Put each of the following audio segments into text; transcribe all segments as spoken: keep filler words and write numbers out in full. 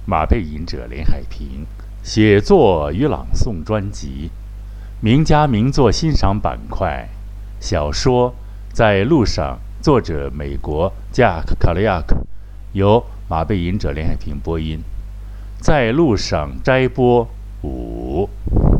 马背吟者连海平写作与朗诵专辑，名家名作欣赏板块，小说在路上，作者美国加克卡利亚克，由马背吟者连海平播音。在路上摘播五。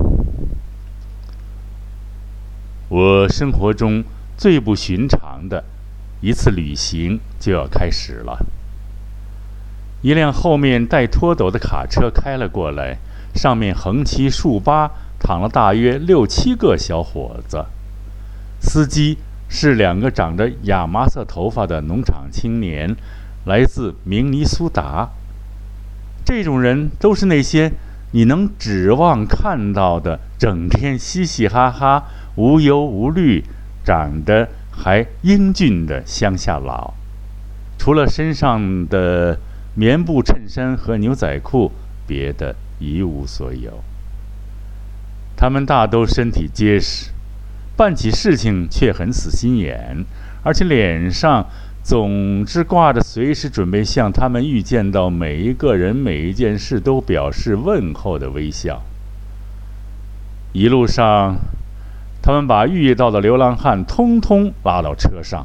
我生活中最不寻常的一次旅行就要开始了。一辆后面带拖斗的卡车开了过来，上面横七竖八躺了大约六七个小伙子。司机是两个长着亚麻色头发的农场青年，来自明尼苏达。这种人都是那些你能指望看到的整天嘻嘻哈哈、无忧无虑、长得还英俊的乡下佬。除了身上的棉布衬衫和牛仔裤，别的一无所有。他们大都身体结实，办起事情却很死心眼，而且脸上总是挂着随时准备向他们遇见到每一个人每一件事都表示问候的微笑。一路上，他们把遇到的流浪汉通通拉到车上。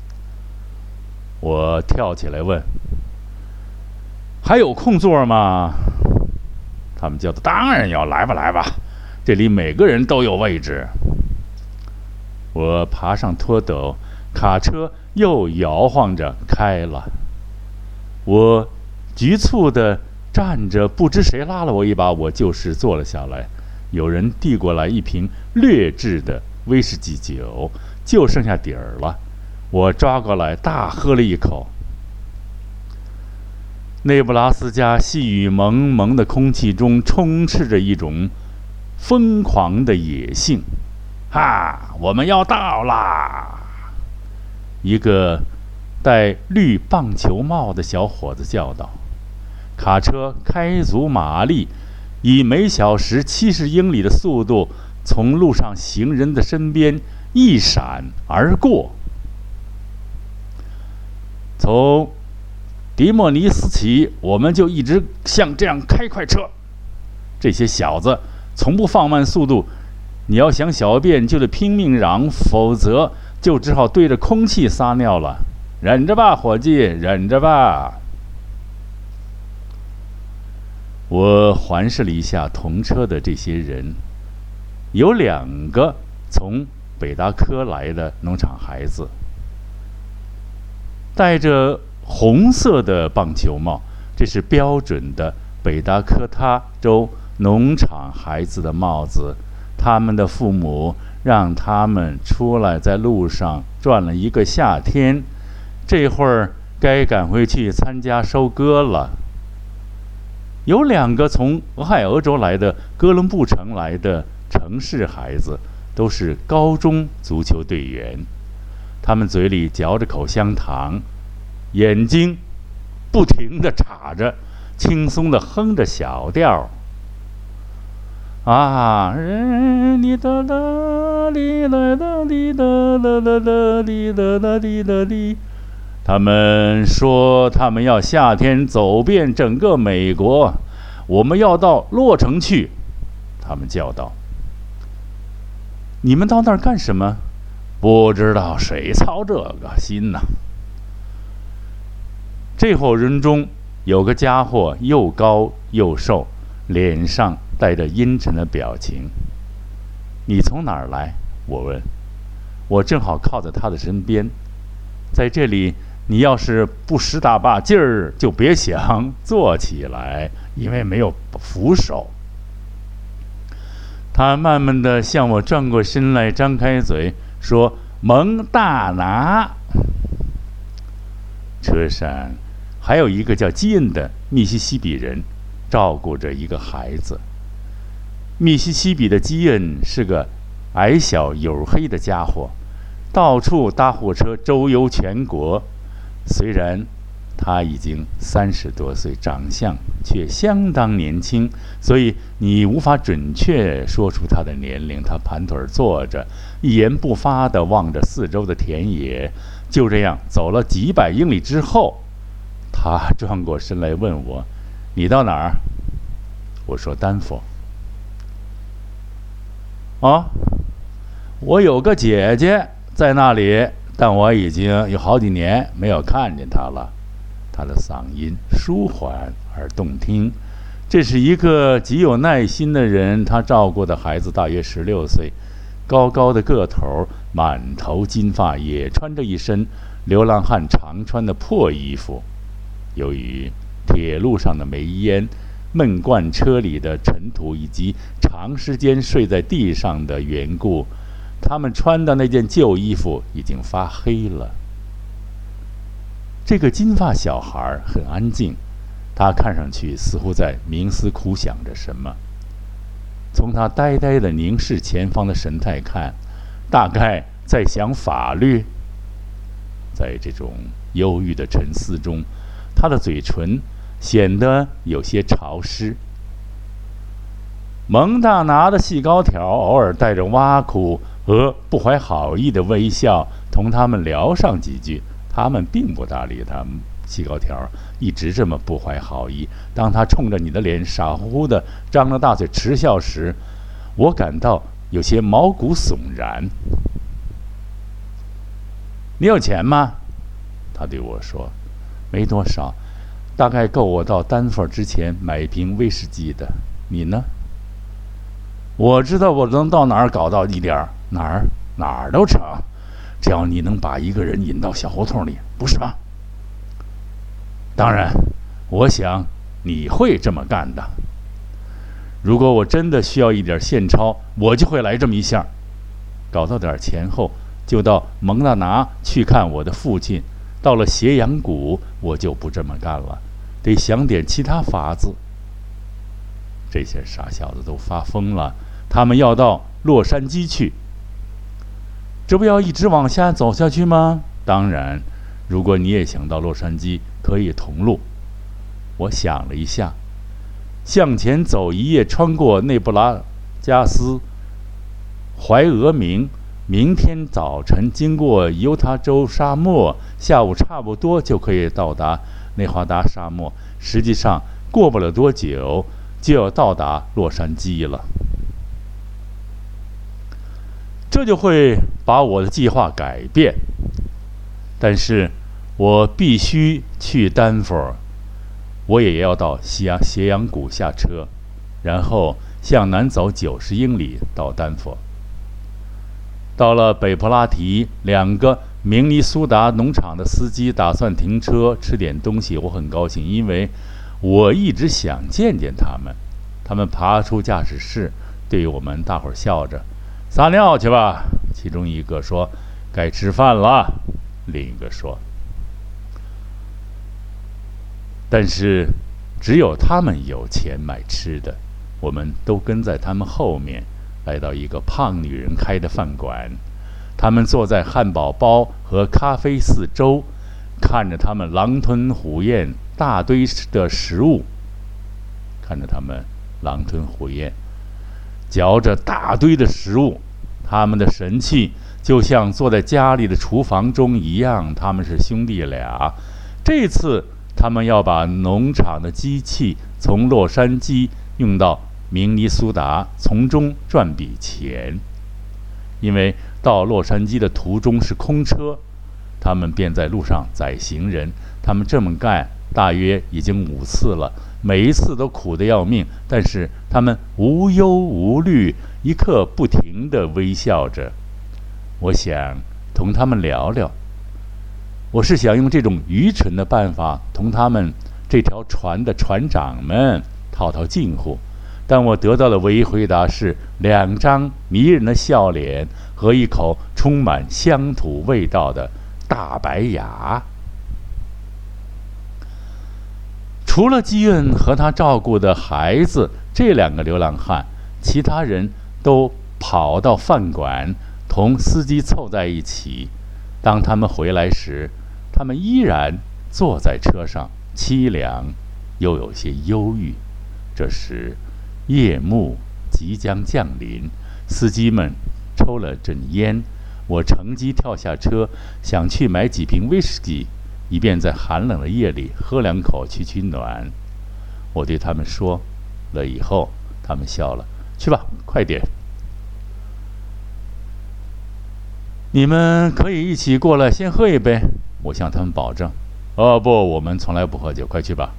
我跳起来问：“还有空座吗？”他们叫道：“当然要，来吧来吧，这里每个人都有位置。”我爬上拖斗，卡车又摇晃着开了。我局促地站着，不知谁拉了我一把，我就是坐了下来。有人递过来一瓶劣质的威士忌酒，就剩下底儿了。我抓过来大喝了一口。内布拉斯加细雨蒙蒙的空气中充斥着一种疯狂的野性。哈，我们要到啦！一个戴绿棒球帽的小伙子叫道。卡车开足马力，以每小时七十英里的速度从路上行人的身边一闪而过。从迪莫尼斯起，我们就一直像这样开快车。这些小子从不放慢速度，你要想小便就得拼命嚷，否则就只好对着空气撒尿了。忍着吧，伙计，忍着吧。我环视了一下同车的这些人，有两个从北达科来的农场孩子，戴着红色的棒球帽，这是标准的北达科他州农场孩子的帽子。他们的父母让他们出来在路上转了一个夏天，这会儿该赶回去参加收割了。有两个从俄亥俄州来的哥伦布城来的城市孩子，都是高中足球队员。他们嘴里嚼着口香糖，眼睛不停地眨着，轻松地哼着小调。啊，哩哒哒哩啦哒哩哒啦啦啦哩哒啦哩啦哩。他们说他们要夏天走遍整个美国，我们要到洛城去。他们叫道：“你们到那儿干什么？”不知道，谁操这个心呢？这伙人中有个家伙又高又瘦，脸上带着阴沉的表情。你从哪儿来？我问。我正好靠在他的身边。在这里，你要是不使大把劲儿，就别想坐起来，因为没有扶手。他慢慢地向我转过身来，张开嘴说：“蒙大拿。”车上还有一个叫基恩的密西西比人，照顾着一个孩子。密西西比的基恩是个矮小黝黑的家伙，到处搭货车，周游全国。虽然他已经三十多岁，长相却相当年轻，所以你无法准确说出他的年龄。他盘腿坐着，一言不发地望着四周的田野。就这样走了几百英里之后，他转过身来问我：“ 你到哪儿？我说丹佛。哦，我有个姐姐在那里，但我已经有好几年没有看见她了。她的嗓音舒缓而动听。这是一个极有耐心的人，他照顾的孩子大约十六岁，高高的个头，满头金发，也穿着一身流浪汉常穿的破衣服。由于铁路上的煤烟、闷罐车里的尘土以及长时间睡在地上的缘故，他们穿的那件旧衣服已经发黑了。这个金发小孩很安静，他看上去似乎在冥思苦想着什么。从他呆呆地凝视前方的神态看，大概在想法律。在这种忧郁的沉思中，他的嘴唇显得有些潮湿。蒙大拿的细高条偶尔带着挖苦和不怀好意的微笑，同他们聊上几句。他们并不搭理他。细高条一直这么不怀好意。当他冲着你的脸傻乎乎地张着大嘴嗤笑时，我感到有些毛骨悚然。你有钱吗？他对我说。没多少，大概够我到丹佛之前买一瓶威士忌的。你呢？我知道我能到哪儿搞到一点儿，哪儿哪儿都成，只要你能把一个人引到小胡同里，不是吗？当然，我想你会这么干的。如果我真的需要一点现钞，我就会来这么一下，搞到点钱后，就到蒙大拿去看我的父亲。到了斜阳谷，我就不这么干了，得想点其他法子。这些傻小子都发疯了，他们要到洛杉矶去。这不要一直往下走下去吗？当然，如果你也想到洛杉矶，可以同路。我想了一下，向前走一夜，穿过内布拉加斯、怀俄明，明天早晨经过犹他州沙漠，下午差不多就可以到达内华达沙漠。实际上，过不了多久就要到达洛杉矶了。这就会把我的计划改变，但是我必须去丹佛，我也要到西阳斜阳谷下车，然后向南走九十英里到丹佛。到了北普拉提，两个明尼苏达农场的司机打算停车吃点东西，我很高兴，因为我一直想见见他们。他们爬出驾驶室，对我们大伙儿笑着：“撒尿去吧。”其中一个说：“该吃饭了。”另一个说。但是只有他们有钱买吃的，我们都跟在他们后面，来到一个胖女人开的饭馆。他们坐在汉堡包和咖啡四周，看着他们狼吞虎咽大堆的食物，看着他们狼吞虎咽嚼着大堆的食物，他们的神气就像坐在家里的厨房中一样。他们是兄弟俩，这次他们要把农场的机器从洛杉矶用到明尼苏达，从中赚笔钱。因为到洛杉矶的途中是空车，他们便在路上载行人。他们这么干大约已经五次了，每一次都苦得要命，但是他们无忧无虑，一刻不停地微笑着。我想同他们聊聊，我是想用这种愚蠢的办法同他们这条船的船长们套套近乎，但我得到的唯一回答是两张迷人的笑脸和一口充满乡土味道的大白牙。除了基恩和他照顾的孩子这两个流浪汉，其他人都跑到饭馆同司机凑在一起。当他们回来时，他们依然坐在车上，凄凉又有些忧郁。这时夜幕即将降临，司机们抽了阵烟，我乘机跳下车，想去买几瓶威士忌，以便在寒冷的夜里喝两口取取暖。 我对他们说了以后，他们笑了。去吧，快点。你们可以一起过来，先喝一杯。我向他们保证。哦不，我们从来不喝酒，快去吧。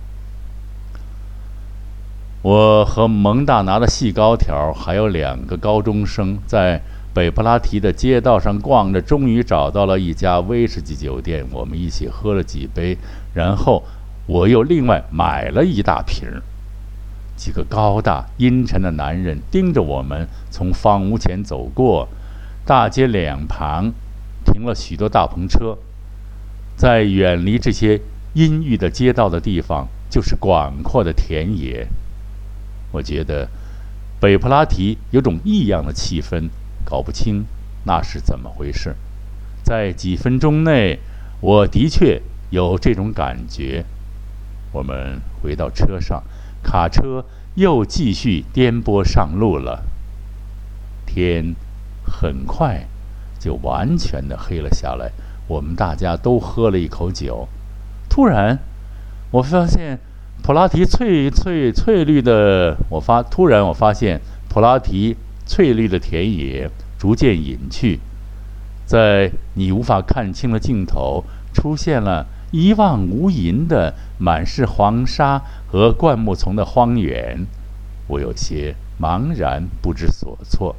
我和蒙大拿的细高条还有两个高中生在北普拉提的街道上逛着，终于找到了一家威士忌酒店。我们一起喝了几杯，然后我又另外买了一大瓶。几个高大阴沉的男人盯着我们从房屋前走过，大街两旁停了许多大篷车，在远离这些阴郁的街道的地方，就是广阔的田野。我觉得北普拉提有种异样的气氛，搞不清那是怎么回事。在几分钟内，我的确有这种感觉。我们回到车上，卡车又继续颠簸上路了。天很快就完全的黑了下来。我们大家都喝了一口酒，突然我发现普拉提翠翠翠绿的，我发突然我发现普拉提翠绿的田野逐渐隐去，在你无法看清的尽头，出现了一望无垠的满是黄沙和灌木丛的荒原。我有些茫然不知所措。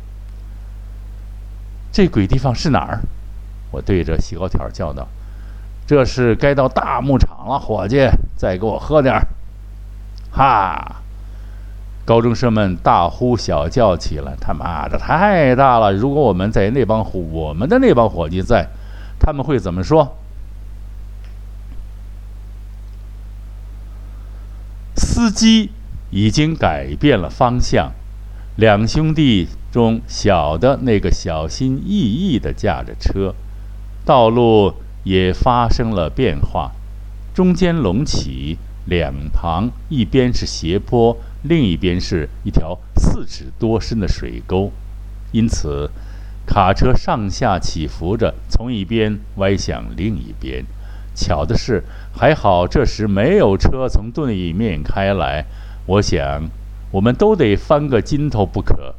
这鬼地方是哪儿？我对着细高条叫道：“这是该到大牧场了，伙计，再给我喝点儿。”哈！高中生们大呼小叫起来。他妈的，太大了！如果我们在那帮我们的那帮伙计在，他们会怎么说？司机已经改变了方向，两兄弟中小的那个小心翼翼地驾着车，道路也发生了变化，中间隆起，两旁一边是斜坡，另一边是一条四尺多深的水沟，因此卡车上下起伏着，从一边歪向另一边。巧的是，还好这时没有车从对面开来，我想我们都得翻个筋头不可。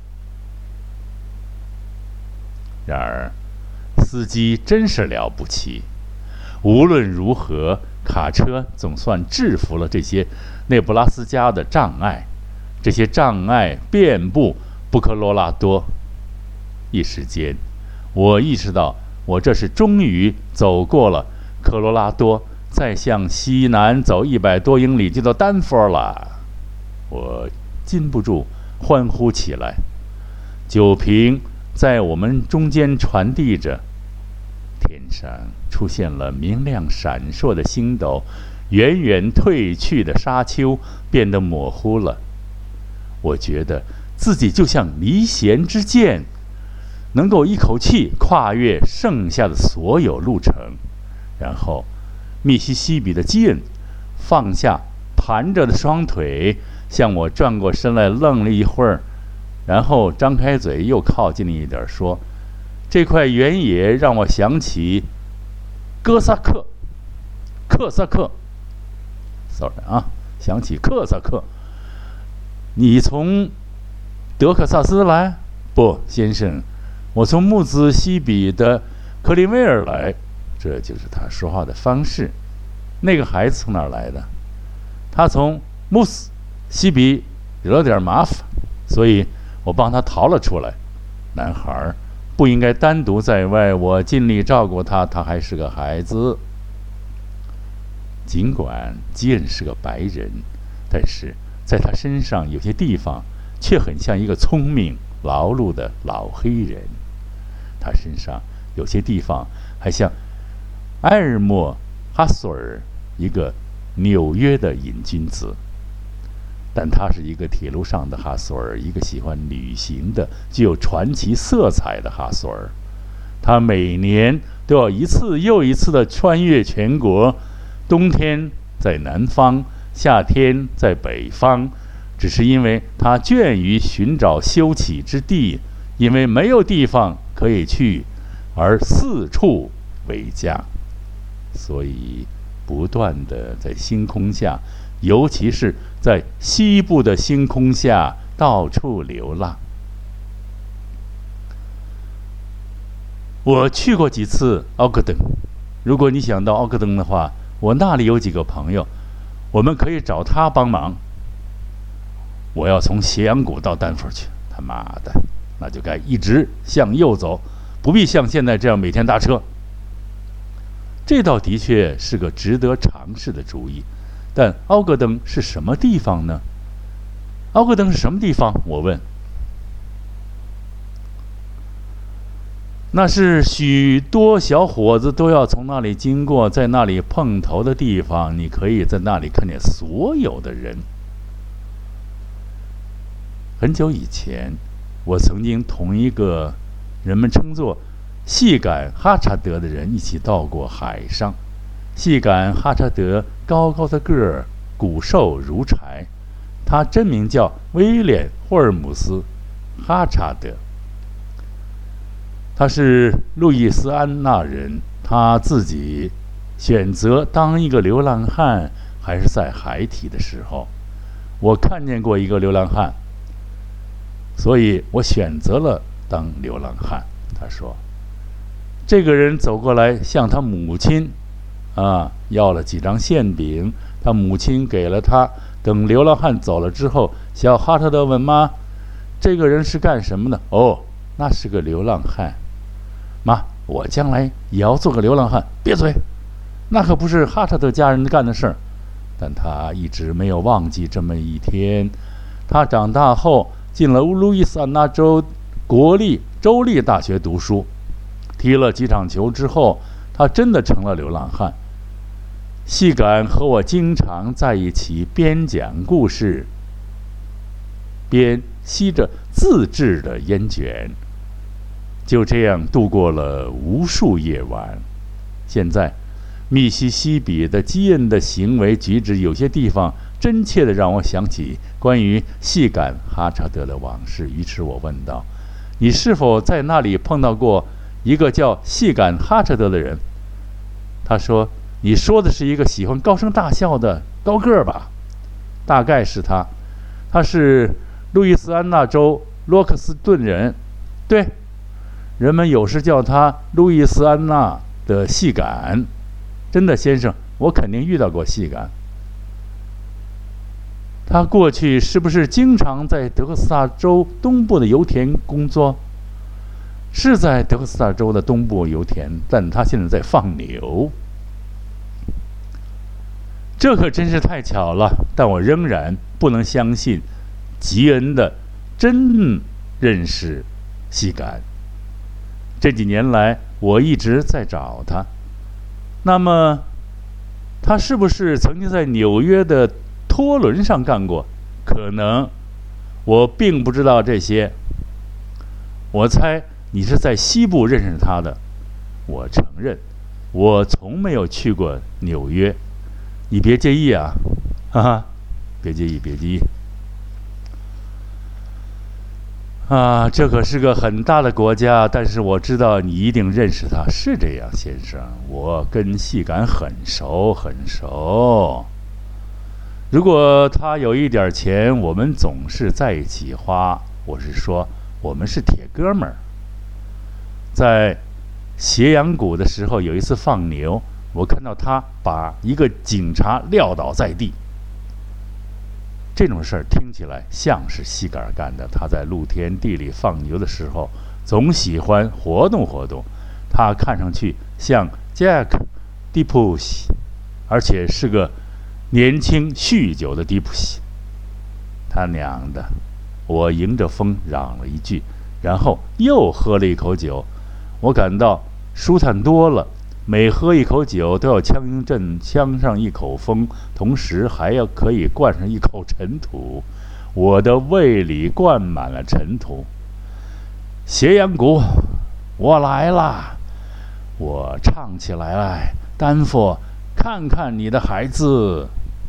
然而司机真是了不起，无论如何，卡车总算制服了这些内布拉斯加的障碍。这些障碍遍布布科罗拉多。一时间，我意识到我这是终于走过了科罗拉多，再向西南走一百多英里就到丹佛了。我禁不住欢呼起来。酒瓶在我们中间传递着，天上出现了明亮闪烁的星斗，远远褪去的沙丘变得模糊了。我觉得自己就像离弦之箭，能够一口气跨越剩下的所有路程。然后密西西比的基恩放下盘着的双腿，向我转过身来，愣了一会儿，然后张开嘴又靠近了一点，说：“这块原野让我想起哥萨克，克萨克 ，sorry 啊，想起克萨克。你从德克萨斯来？不，先生，我从穆兹西比的克林威尔来。”这就是他说话的方式。那个孩子从哪儿来的？他从穆斯西比惹了点麻烦，所以我帮他逃了出来。男孩不应该单独在外，我尽力照顾他，他还是个孩子。尽管基恩是个白人，但是在他身上有些地方却很像一个聪明劳碌的老黑人。他身上有些地方还像埃尔莫哈索尔，一个纽约的瘾君子。但他是一个铁路上的哈索尔，一个喜欢旅行的、具有传奇色彩的哈索尔。他每年都要一次又一次地穿越全国，冬天在南方，夏天在北方，只是因为他倦于寻找休憩之地，因为没有地方可以去，而四处为家。所以不断地在星空下，尤其是在西部的星空下到处流浪。我去过几次奥克登，如果你想到奥克登的话，我那里有几个朋友，我们可以找他帮忙。我要从斜阳谷到丹佛去，他妈的，那就该一直向右走，不必像现在这样每天搭车。这倒的确是个值得尝试的主意，但奥格登是什么地方呢？奥格登是什么地方？我问。那是许多小伙子都要从那里经过，在那里碰头的地方。你可以在那里看见所有的人。很久以前，我曾经同一个人们称作细杆哈查德的人一起到过海上。细杆哈查德高高的个儿，骨瘦如柴，他真名叫威廉·霍尔姆斯·哈查德。他是路易斯安那人，他自己选择当一个流浪汉，还是在孩提的时候。我看见过一个流浪汉，所以我选择了当流浪汉。他说，这个人走过来向他母亲啊要了几张馅饼，他母亲给了他。等流浪汉走了之后，小哈特德问妈，这个人是干什么的？哦，那是个流浪汉。妈，我将来也要做个流浪汉。别嘴，那可不是哈特德家人干的事儿。但他一直没有忘记这么一天。他长大后进了路易斯安那州国立州立大学读书，踢了几场球之后，他真的成了流浪汉。细杆和我经常在一起边讲故事，边吸着自制的烟卷，就这样度过了无数夜晚。现在密西西比的基恩的行为举止，有些地方真切地让我想起关于细杆哈查德的往事。于是我问道，你是否在那里碰到过一个叫细杆哈查德的人？他说，你说的是一个喜欢高声大笑的高个儿吧？大概是他，他是路易斯安那州洛克斯顿人。对，人们有时叫他路易斯安那的细杆。真的，先生，我肯定遇到过细杆。他过去是不是经常在德克萨斯州东部的油田工作？是在德克萨斯州的东部油田，但他现在在放牛。这可真是太巧了，但我仍然不能相信吉恩的真认识细杆。这几年来，我一直在找他。那么，他是不是曾经在纽约的拖轮上干过？可能，我并不知道这些。我猜你是在西部认识他的。我承认，我从没有去过纽约。你别介意啊，哈哈，别介意，别介意。啊，这可是个很大的国家，但是我知道你一定认识他。是这样，先生，我跟细杆很熟很熟。如果他有一点钱，我们总是在一起花。我是说，我们是铁哥们儿。在斜阳谷的时候，有一次放牛，我看到他把一个警察撂倒在地。这种事儿听起来像是细杆干的。他在露天地里放牛的时候，总喜欢活动活动。他看上去像 Jack 迪普西，而且是个年轻酗酒的迪普西。他娘的！我迎着风嚷了一句，然后又喝了一口酒。我感到舒坦多了。每喝一口酒都要呛阵呛上一口风，同时还要可以灌上一口尘土。我的胃里灌满了尘土。斜阳谷，我来啦！我唱起来来，丹佛，看看你的孩子。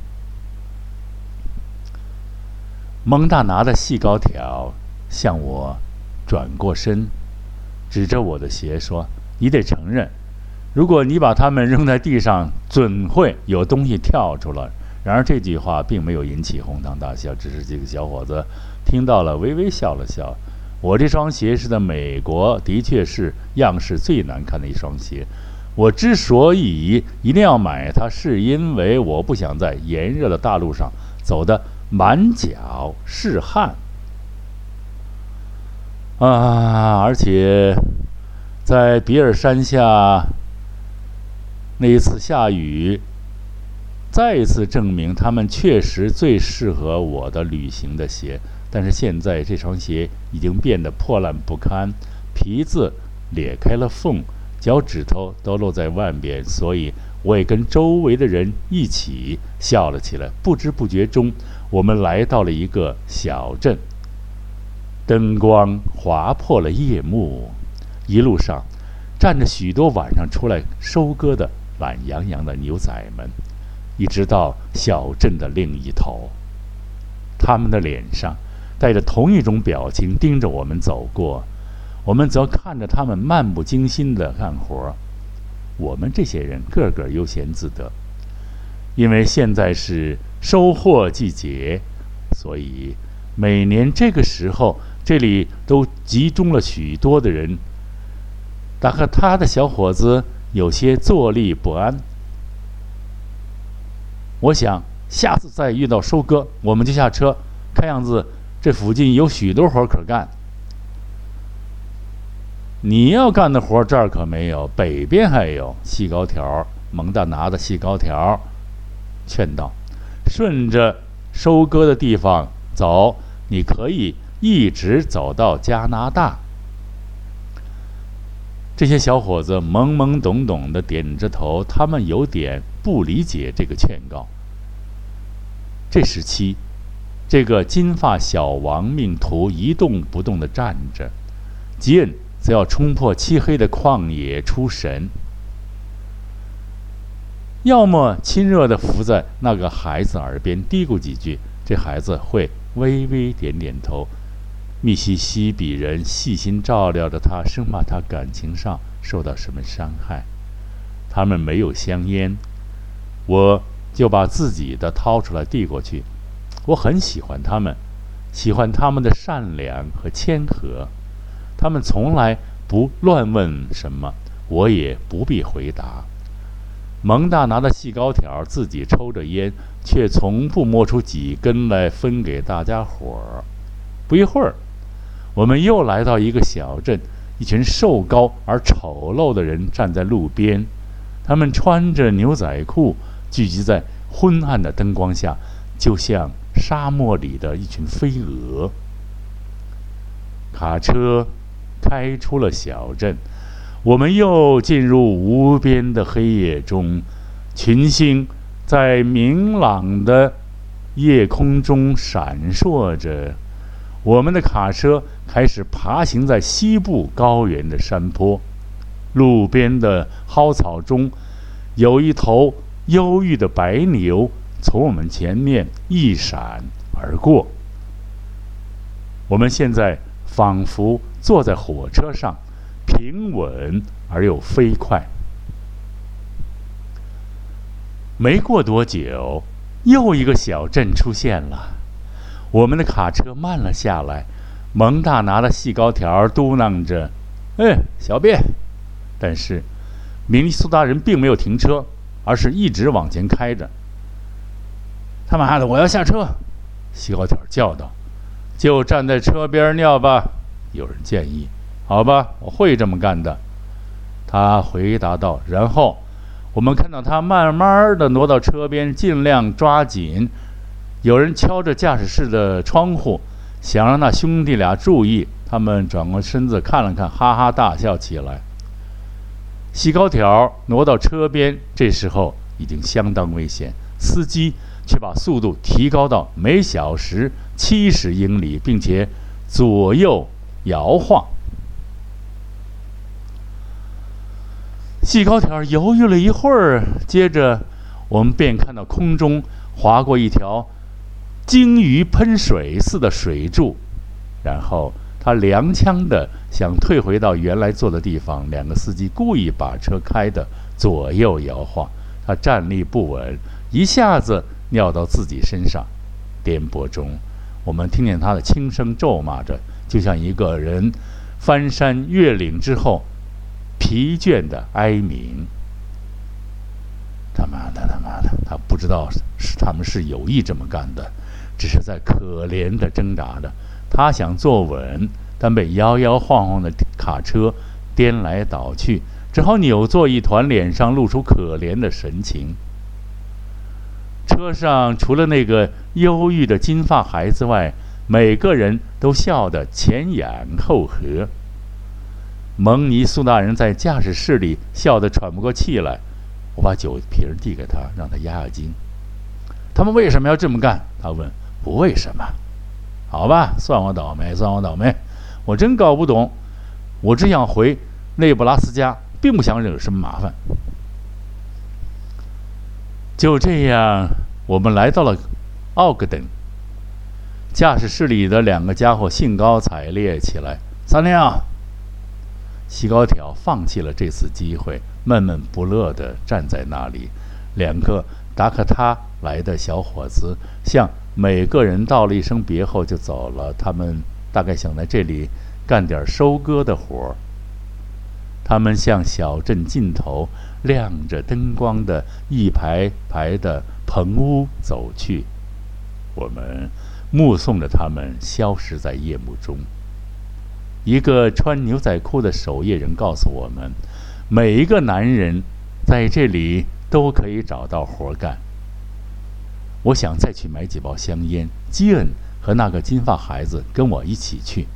蒙大拿的细高条向我转过身，指着我的鞋说，你得承认， 如果你把它们扔在地上，准会有东西跳出来。然而这句话并没有引起哄堂大笑，只是这个小伙子听到了，微微笑了笑。我这双鞋是在美国，的确是样式最难看的一双鞋。我之所以一定要买它，是因为我不想在炎热的大路上走得满脚是汗啊！而且在比尔山下那一次下雨，再一次证明它们确实最适合我的旅行的鞋。但是现在这双鞋已经变得破烂不堪，皮子裂开了缝，脚趾头都露在外边，所以我也跟周围的人一起笑了起来。不知不觉中，我们来到了一个小镇，灯光划破了夜幕，一路上站着许多晚上出来收割的懒洋洋的牛仔们，一直到小镇的另一头，他们的脸上带着同一种表情盯着我们走过，我们则看着他们漫不经心地干活。我们这些人个个悠闲自得，因为现在是收获季节，所以每年这个时候这里都集中了许多的人。达克他的小伙子有些坐立不安。我想下次再遇到收割，我们就下车，看样子这附近有许多活可干。你要干的活这儿可没有，北边还有。细高条蒙大拿的细高条劝道，顺着收割的地方走，你可以一直走到加拿大。这些小伙子懵懵懂懂地点着头，他们有点不理解这个劝告。这时期，这个金发小亡命徒一动不动地站着，吉恩则要冲破漆黑的旷野出神，要么亲热地伏在那个孩子耳边嘀咕几句，这孩子会微微点点头。密西西比人细心照料着他，生怕他感情上受到什么伤害。他们没有香烟，我就把自己的掏出来递过去。我很喜欢他们，喜欢他们的善良和谦和。他们从来不乱问什么，我也不必回答。蒙大拿的细高条自己抽着烟，却从不摸出几根来分给大家伙儿。不一会儿，我们又来到一个小镇，一群瘦高而丑陋的人站在路边，他们穿着牛仔裤，聚集在昏暗的灯光下，就像沙漠里的一群飞蛾。卡车开出了小镇，我们又进入无边的黑夜中，群星在明朗的夜空中闪烁着。我们的卡车开始爬行在西部高原的山坡，路边的蒿草中有一头忧郁的白牛从我们前面一闪而过。我们现在仿佛坐在火车上，平稳而又飞快。没过多久，又一个小镇出现了。我们的卡车慢了下来，蒙大拿的细高条嘟囔着：“哎，小便。”但是明尼苏达人并没有停车，而是一直往前开着。他妈的，我要下车！细高条叫道。就站在车边尿吧，有人建议。好吧，我会这么干的，他回答道。然后我们看到他慢慢地挪到车边，尽量抓紧。有人敲着驾驶室的窗户，想让那兄弟俩注意。他们转过身子看了看，哈哈大笑起来。细高条挪到车边，这时候已经相当危险，司机却把速度提高到每小时七十英里，并且左右摇晃。细高条犹豫了一会儿，接着我们便看到空中划过一条鲸鱼喷水似的水柱，然后他踉跄地想退回到原来坐的地方。两个司机故意把车开得左右摇晃，他站立不稳，一下子尿到自己身上。颠簸中，我们听见他的轻声咒骂着，就像一个人翻山越岭之后疲倦的哀鸣。他妈的他妈的，他不知道是他们是有意这么干的，只是在可怜的挣扎着。他想坐稳，但被摇摇晃晃的卡车颠来倒去，只好扭作一团，脸上露出可怜的神情。车上除了那个忧郁的金发孩子外，每个人都笑得前仰后合。蒙尼苏大人在驾驶室里笑得喘不过气来，我把酒瓶递给他，让他压压惊。他们为什么要这么干？他问。不为什么。好吧，算我倒霉，算我倒霉。我真搞不懂，我只想回内布拉斯加，并不想惹什么麻烦。就这样，我们来到了奥格登。驾驶室里的两个家伙兴高采烈起来。三亮，西高条放弃了这次机会，闷闷不乐地站在那里。两个达克他来的小伙子向每个人道了一声别后就走了。他们大概想在这里干点收割的活儿。他们向小镇尽头亮着灯光的一排排的棚屋走去，我们目送着他们消失在夜幕中。一个穿牛仔裤的守夜人告诉我们，每一个男人在这里都可以找到活干。我想再去买几包香烟，基恩和那个金发孩子跟我一起去。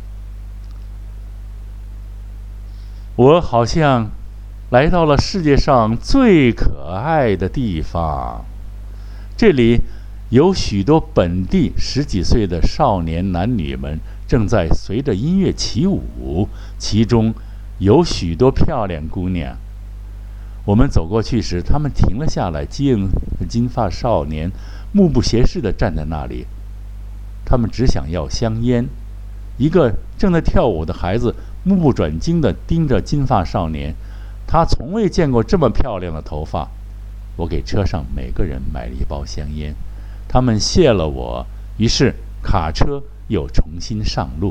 我好像来到了世界上最可爱的地方，这里有许多本地十几岁的少年男女们正在随着音乐起舞，其中有许多漂亮姑娘。我们走过去时，他们停了下来，基恩和金发少年目不斜视地站在那里，他们只想要香烟。一个正在跳舞的孩子目不转睛地盯着金发少年，他从未见过这么漂亮的头发。我给车上每个人买了一包香烟，他们谢了我，于是卡车又重新上路。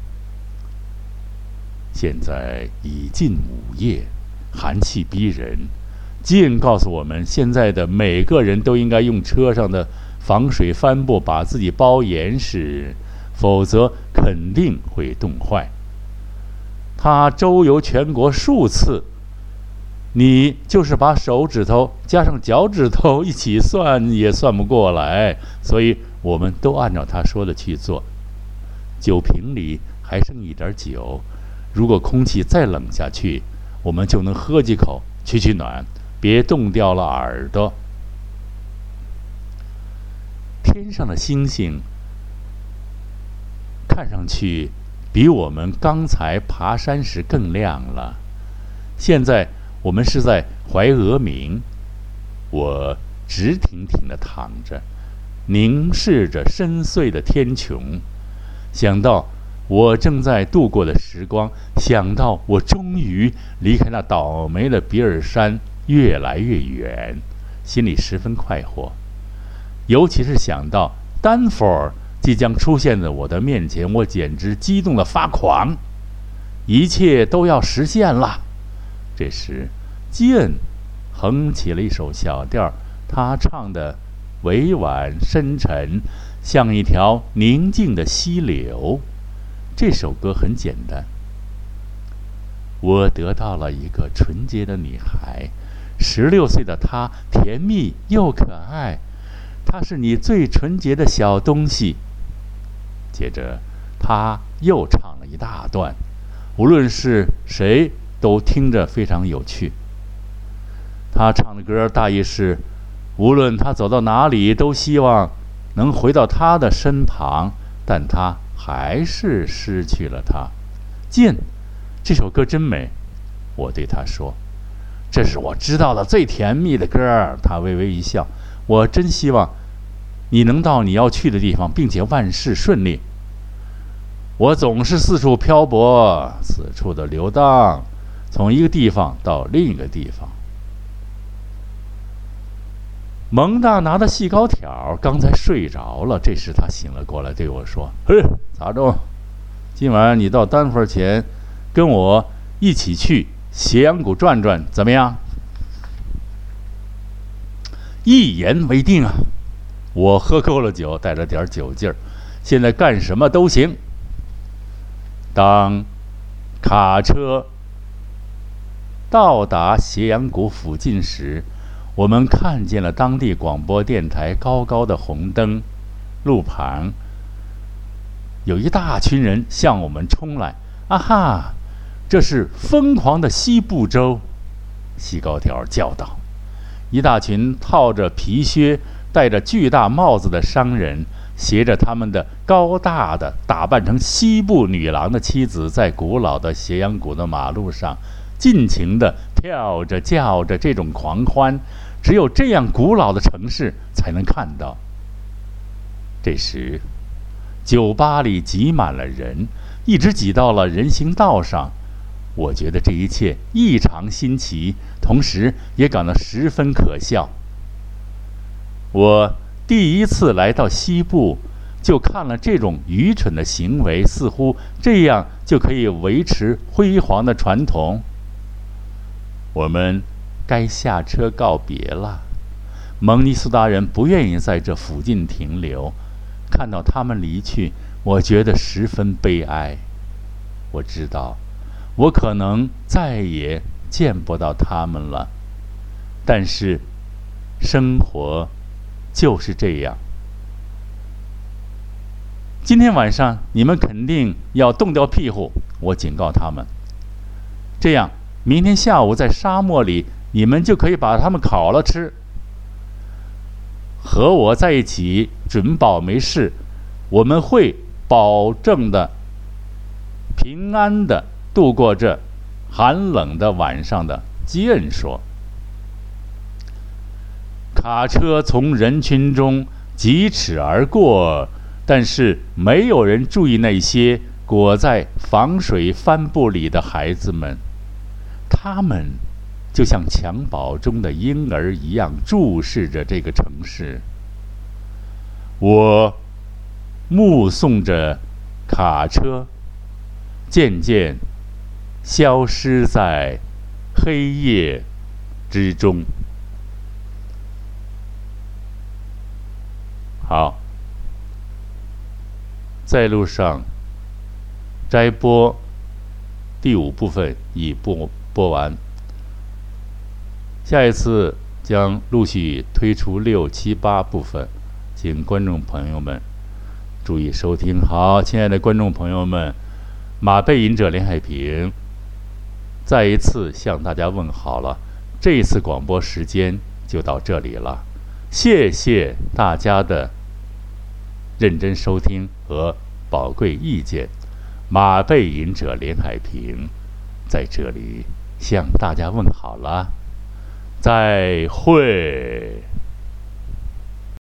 现在已近午夜，寒气逼人。基恩告诉我们，现在的每个人都应该用车上的防水帆布把自己包严实，否则肯定会冻坏。他周游全国数次，你就是把手指头加上脚趾头一起算也算不过来，所以我们都按照他说的去做。酒瓶里还剩一点酒，如果空气再冷下去，我们就能喝几口取取暖，别冻掉了耳朵。天上的星星看上去比我们刚才爬山时更亮了。现在我们是在怀俄明，我直挺挺地躺着，凝视着深邃的天穹，想到我正在度过的时光，想到我终于离开那倒霉的比尔山越来越远，心里十分快活。尤其是想到丹佛尔即将出现在我的面前，我简直激动得发狂，一切都要实现了。这时基恩哼起了一首小调，他唱得委婉深沉，像一条宁静的溪流。这首歌很简单。我得到了一个纯洁的女孩，十六岁的她甜蜜又可爱，她是你最纯洁的小东西。接着他又唱了一大段，无论是谁都听着非常有趣。他唱的歌大意是，无论他走到哪里，都希望能回到他的身旁，但他还是失去了他。进，这首歌真美，我对他说，这是我知道的最甜蜜的歌。他微微一笑，我真希望你能到你要去的地方，并且万事顺利。我总是四处漂泊，四处的游荡，从一个地方到另一个地方。 蒙大拿的细高条刚才睡着了，这时他醒了过来，对我说：“嘿，杂种，今晚你到丹佛前跟我一起去斜阳谷转转，怎么样？”一言为定啊！我喝够了酒，带着点酒劲儿，现在干什么都行。当卡车到达斜阳谷附近时，我们看见了当地广播电台高高的红灯，路旁有一大群人向我们冲来。啊哈，这是疯狂的西部州！西高条叫道。一大群套着皮靴、戴着巨大帽子的商人，携着他们的高大的、打扮成西部女郎的妻子，在古老的斜阳谷的马路上尽情地跳着、叫着，这种狂欢，只有这样古老的城市才能看到。这时，酒吧里挤满了人，一直挤到了人行道上。我觉得这一切异常新奇，同时也感到十分可笑。我第一次来到西部，就看了这种愚蠢的行为，似乎这样就可以维持辉煌的传统。我们该下车告别了。蒙尼苏达人不愿意在这附近停留，看到他们离去，我觉得十分悲哀。我知道我可能再也见不到他们了，但是生活就是这样。今天晚上你们肯定要冻掉屁股，我警告他们。这样明天下午在沙漠里，你们就可以把它们烤了吃。和我在一起准保没事，我们会保证的平安的度过这寒冷的晚上的，基恩说。卡车从人群中疾驰而过，但是没有人注意那些裹在防水帆布里的孩子们，他们就像襁褓中的婴儿一样注视着这个城市。我目送着卡车渐渐消失在黑夜之中。好，在路上摘播第五部分已播播完，下一次将陆续推出六七八部分，请观众朋友们注意收听。好，亲爱的观众朋友们，马背吟者连海平再一次向大家问好了。这一次广播时间就到这里了，谢谢大家的认真收听和宝贵意见。马背吟者连海平在这里向大家问好了，再会。